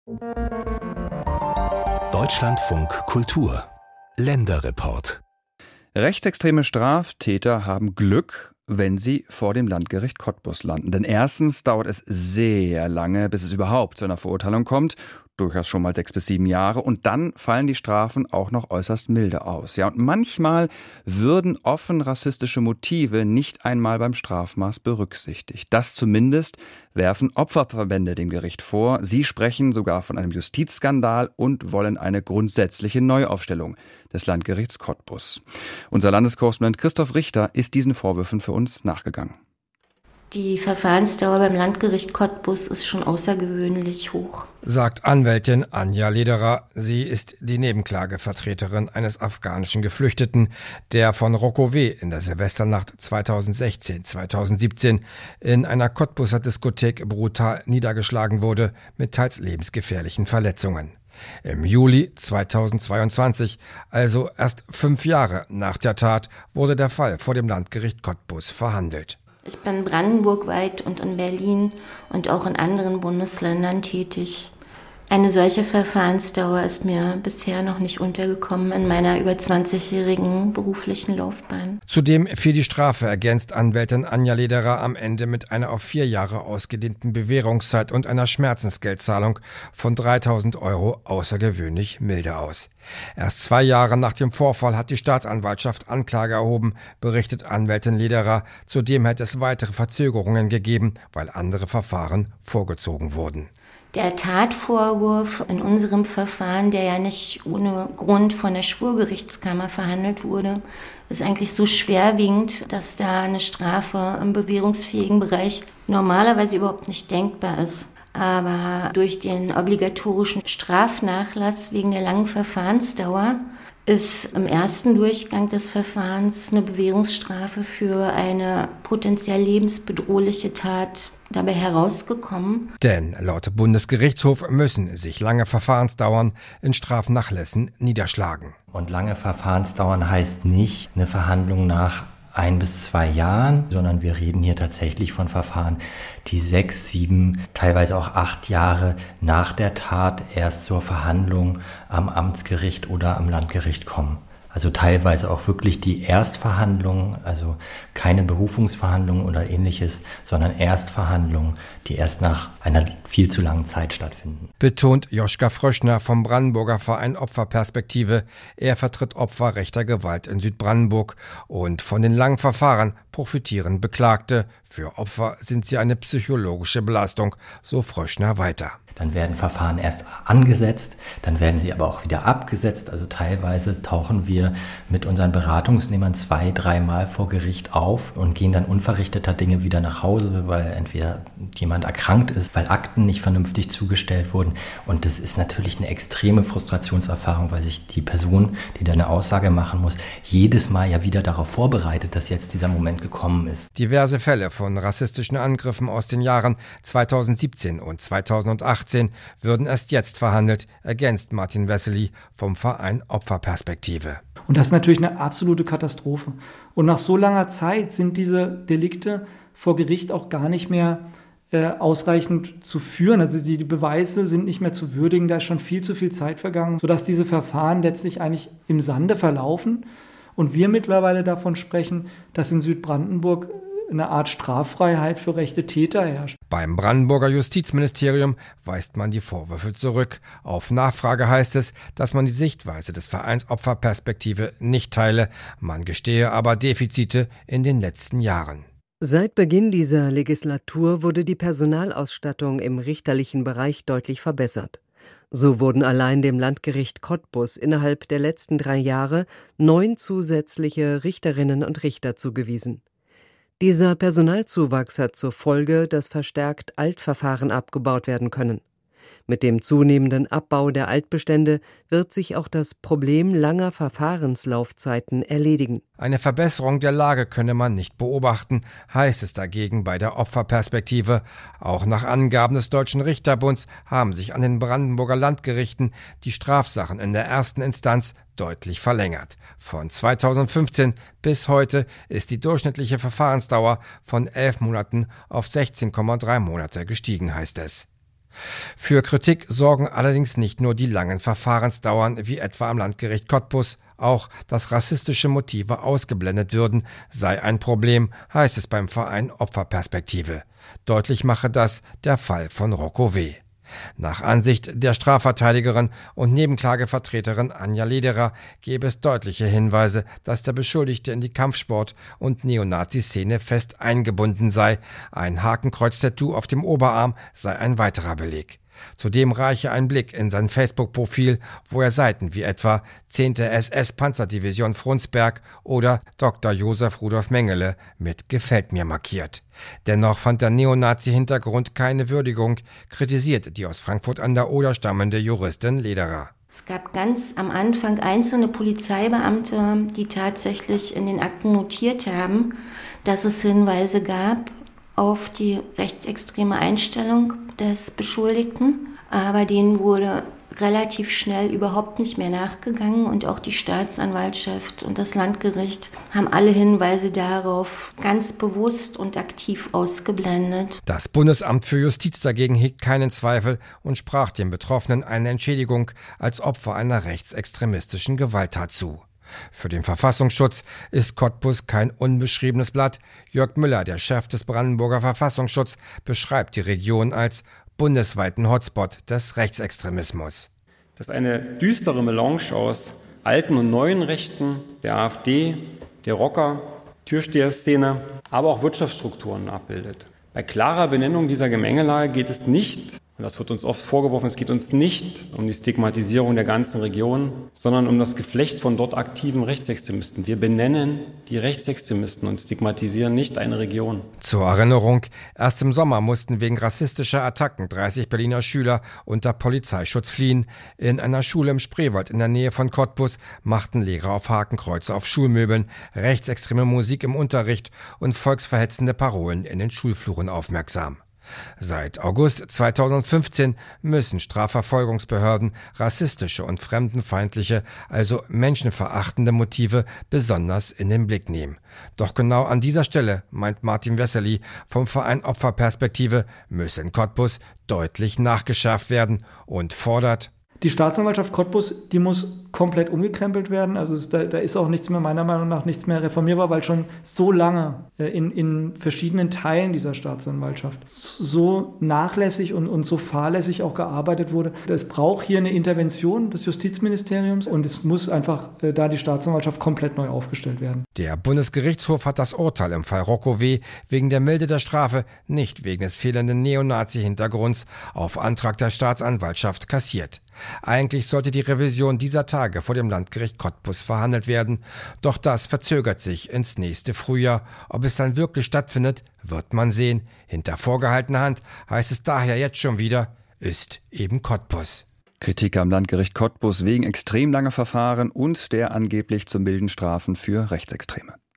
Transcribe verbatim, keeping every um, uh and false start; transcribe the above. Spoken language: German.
Deutschlandfunk Kultur Länderreport. Rechtsextreme Straftäter haben Glück, wenn sie vor dem Landgericht Cottbus landen. Denn erstens dauert es sehr lange, bis es überhaupt zu einer Verurteilung kommt. Durchaus schon mal sechs bis sieben Jahre. Und dann fallen die Strafen auch noch äußerst milde aus. Ja, und manchmal würden offen rassistische Motive nicht einmal beim Strafmaß berücksichtigt. Das zumindest werfen Opferverbände dem Gericht vor. Sie sprechen sogar von einem Justizskandal und wollen eine grundsätzliche Neuaufstellung des Landgerichts Cottbus. Unser Landeskorrespondent Christoph Richter ist diesen Vorwürfen für uns nachgegangen. Die Verfahrensdauer beim Landgericht Cottbus ist schon außergewöhnlich hoch, sagt Anwältin Anja Lederer. Sie ist die Nebenklagevertreterin eines afghanischen Geflüchteten, der von Rocco W. in der Silvesternacht zweitausendsechzehn zweitausendsiebzehn in einer Cottbuser Diskothek brutal niedergeschlagen wurde mit teils lebensgefährlichen Verletzungen. Im Juli zweitausendzweiundzwanzig, also erst fünf Jahre nach der Tat, wurde der Fall vor dem Landgericht Cottbus verhandelt. Ich bin brandenburgweit und in Berlin und auch in anderen Bundesländern tätig. Eine solche Verfahrensdauer ist mir bisher noch nicht untergekommen in meiner über zwanzigjährigen beruflichen Laufbahn. Zudem fiel die Strafe, ergänzt Anwältin Anja Lederer, am Ende mit einer auf vier Jahre ausgedehnten Bewährungszeit und einer Schmerzensgeldzahlung von dreitausend Euro außergewöhnlich milde aus. Erst zwei Jahre nach dem Vorfall hat die Staatsanwaltschaft Anklage erhoben, berichtet Anwältin Lederer. Zudem hätte es weitere Verzögerungen gegeben, weil andere Verfahren vorgezogen wurden. Der Tatvorwurf in unserem Verfahren, der ja nicht ohne Grund von der Schwurgerichtskammer verhandelt wurde, ist eigentlich so schwerwiegend, dass da eine Strafe im bewährungsfähigen Bereich normalerweise überhaupt nicht denkbar ist. Aber durch den obligatorischen Strafnachlass wegen der langen Verfahrensdauer ist im ersten Durchgang des Verfahrens eine Bewährungsstrafe für eine potenziell lebensbedrohliche Tat dabei herausgekommen. Denn laut Bundesgerichtshof müssen sich lange Verfahrensdauern in Strafnachlässen niederschlagen. Und lange Verfahrensdauern heißt nicht eine Verhandlung nach ein bis zwei Jahren, sondern wir reden hier tatsächlich von Verfahren, die sechs, sieben, teilweise auch acht Jahre nach der Tat erst zur Verhandlung am Amtsgericht oder am Landgericht kommen. Also teilweise auch wirklich die Erstverhandlung, also keine Berufungsverhandlung oder ähnliches, sondern Erstverhandlungen, die erst nach einer viel zu langen Zeit stattfinden. Betont Joschka Fröschner vom Brandenburger Verein Opferperspektive. Er vertritt Opfer rechter Gewalt in Südbrandenburg. Und von den langen Verfahren profitieren Beklagte. Für Opfer sind sie eine psychologische Belastung, so Fröschner weiter. Dann werden Verfahren erst angesetzt, dann werden sie aber auch wieder abgesetzt. Also teilweise tauchen wir mit unseren Beratungsnehmern zwei, dreimal vor Gericht auf und gehen dann unverrichteter Dinge wieder nach Hause, weil entweder jemand erkrankt ist, weil Akten nicht vernünftig zugestellt wurden. Und das ist natürlich eine extreme Frustrationserfahrung, weil sich die Person, die da eine Aussage machen muss, jedes Mal ja wieder darauf vorbereitet, dass jetzt dieser Moment gekommen ist. Diverse Fälle von rassistischen Angriffen aus den Jahren zweitausendsiebzehn und zweitausendachtzehn würden erst jetzt verhandelt, ergänzt Martin Wessely vom Verein Opferperspektive. Und das ist natürlich eine absolute Katastrophe. Und nach so langer Zeit sind diese Delikte vor Gericht auch gar nicht mehr äh, ausreichend zu führen. Also die, die Beweise sind nicht mehr zu würdigen, da ist schon viel zu viel Zeit vergangen, sodass diese Verfahren letztlich eigentlich im Sande verlaufen. Und wir mittlerweile davon sprechen, dass in Südbrandenburg eine Art Straffreiheit für rechte Täter herrscht. Beim Brandenburger Justizministerium weist man die Vorwürfe zurück. Auf Nachfrage heißt es, dass man die Sichtweise des Vereins Opferperspektive nicht teile. Man gestehe aber Defizite in den letzten Jahren. Seit Beginn dieser Legislatur wurde die Personalausstattung im richterlichen Bereich deutlich verbessert. So wurden allein dem Landgericht Cottbus innerhalb der letzten drei Jahre neun zusätzliche Richterinnen und Richter zugewiesen. Dieser Personalzuwachs hat zur Folge, dass verstärkt Altverfahren abgebaut werden können. Mit dem zunehmenden Abbau der Altbestände wird sich auch das Problem langer Verfahrenslaufzeiten erledigen. Eine Verbesserung der Lage könne man nicht beobachten, heißt es dagegen bei der Opferperspektive. Auch nach Angaben des Deutschen Richterbunds haben sich an den Brandenburger Landgerichten die Strafsachen in der ersten Instanz deutlich verlängert. Von zweitausendfünfzehn bis heute ist die durchschnittliche Verfahrensdauer von elf Monaten auf sechzehn Komma drei Monate gestiegen, heißt es. Für Kritik sorgen allerdings nicht nur die langen Verfahrensdauern wie etwa am Landgericht Cottbus, auch dass rassistische Motive ausgeblendet würden, sei ein Problem, heißt es beim Verein Opferperspektive. Deutlich mache das der Fall von Rocco W. Nach Ansicht der Strafverteidigerin und Nebenklagevertreterin Anja Lederer gäbe es deutliche Hinweise, dass der Beschuldigte in die Kampfsport- und Neonazi-Szene fest eingebunden sei. Ein Hakenkreuz-Tattoo auf dem Oberarm sei ein weiterer Beleg. Zudem reiche ein Blick in sein Facebook-Profil, wo er Seiten wie etwa zehnte S S-Panzerdivision Frundsberg oder Doktor Josef Rudolf Mengele mit Gefällt mir markiert. Dennoch fand der Neonazi-Hintergrund keine Würdigung, kritisiert die aus Frankfurt an der Oder stammende Juristin Lederer. Es gab ganz am Anfang einzelne Polizeibeamte, die tatsächlich in den Akten notiert haben, dass es Hinweise gab auf die rechtsextreme Einstellung des Beschuldigten, aber denen wurde relativ schnell überhaupt nicht mehr nachgegangen und auch die Staatsanwaltschaft und das Landgericht haben alle Hinweise darauf ganz bewusst und aktiv ausgeblendet. Das Bundesamt für Justiz dagegen hegt keinen Zweifel und sprach den Betroffenen eine Entschädigung als Opfer einer rechtsextremistischen Gewalttat zu. Für den Verfassungsschutz ist Cottbus kein unbeschriebenes Blatt. Jörg Müller, der Chef des Brandenburger Verfassungsschutzes, beschreibt die Region als bundesweiten Hotspot des Rechtsextremismus. Das ist eine düstere Melange aus alten und neuen Rechten, der AfD, der Rocker, Türsteherszene, aber auch Wirtschaftsstrukturen abbildet. Bei klarer Benennung dieser Gemengelage geht es nicht, und das wird uns oft vorgeworfen, es geht uns nicht um die Stigmatisierung der ganzen Region, sondern um das Geflecht von dort aktiven Rechtsextremisten. Wir benennen die Rechtsextremisten und stigmatisieren nicht eine Region. Zur Erinnerung, erst im Sommer mussten wegen rassistischer Attacken dreißig Berliner Schüler unter Polizeischutz fliehen. In einer Schule im Spreewald in der Nähe von Cottbus machten Lehrer auf Hakenkreuze auf Schulmöbeln, rechtsextreme Musik im Unterricht und volksverhetzende Parolen in den Schulfluren aufmerksam. Seit August zweitausendfünfzehn müssen Strafverfolgungsbehörden rassistische und fremdenfeindliche, also menschenverachtende Motive besonders in den Blick nehmen. Doch genau an dieser Stelle, meint Martin Wessely vom Verein Opferperspektive, müsse in Cottbus deutlich nachgeschärft werden und fordert: Die Staatsanwaltschaft Cottbus, die muss komplett umgekrempelt werden. Also es, da, da ist auch nichts mehr, meiner Meinung nach, nichts mehr reformierbar, weil schon so lange äh, in, in verschiedenen Teilen dieser Staatsanwaltschaft so nachlässig und, und so fahrlässig auch gearbeitet wurde. Es braucht hier eine Intervention des Justizministeriums und es muss einfach äh, da die Staatsanwaltschaft komplett neu aufgestellt werden. Der Bundesgerichtshof hat das Urteil im Fall Rocco W. wegen der Milde der Strafe, nicht wegen des fehlenden Neonazi-Hintergrunds, auf Antrag der Staatsanwaltschaft kassiert. Eigentlich sollte die Revision dieser Tage vor dem Landgericht Cottbus verhandelt werden, doch das verzögert sich ins nächste Frühjahr. Ob es dann wirklich stattfindet, wird man sehen. Hinter vorgehaltener Hand heißt es daher jetzt schon wieder, ist eben Cottbus. Kritik am Landgericht Cottbus wegen extrem langer Verfahren und der angeblich zu milden Strafen für Rechtsextreme.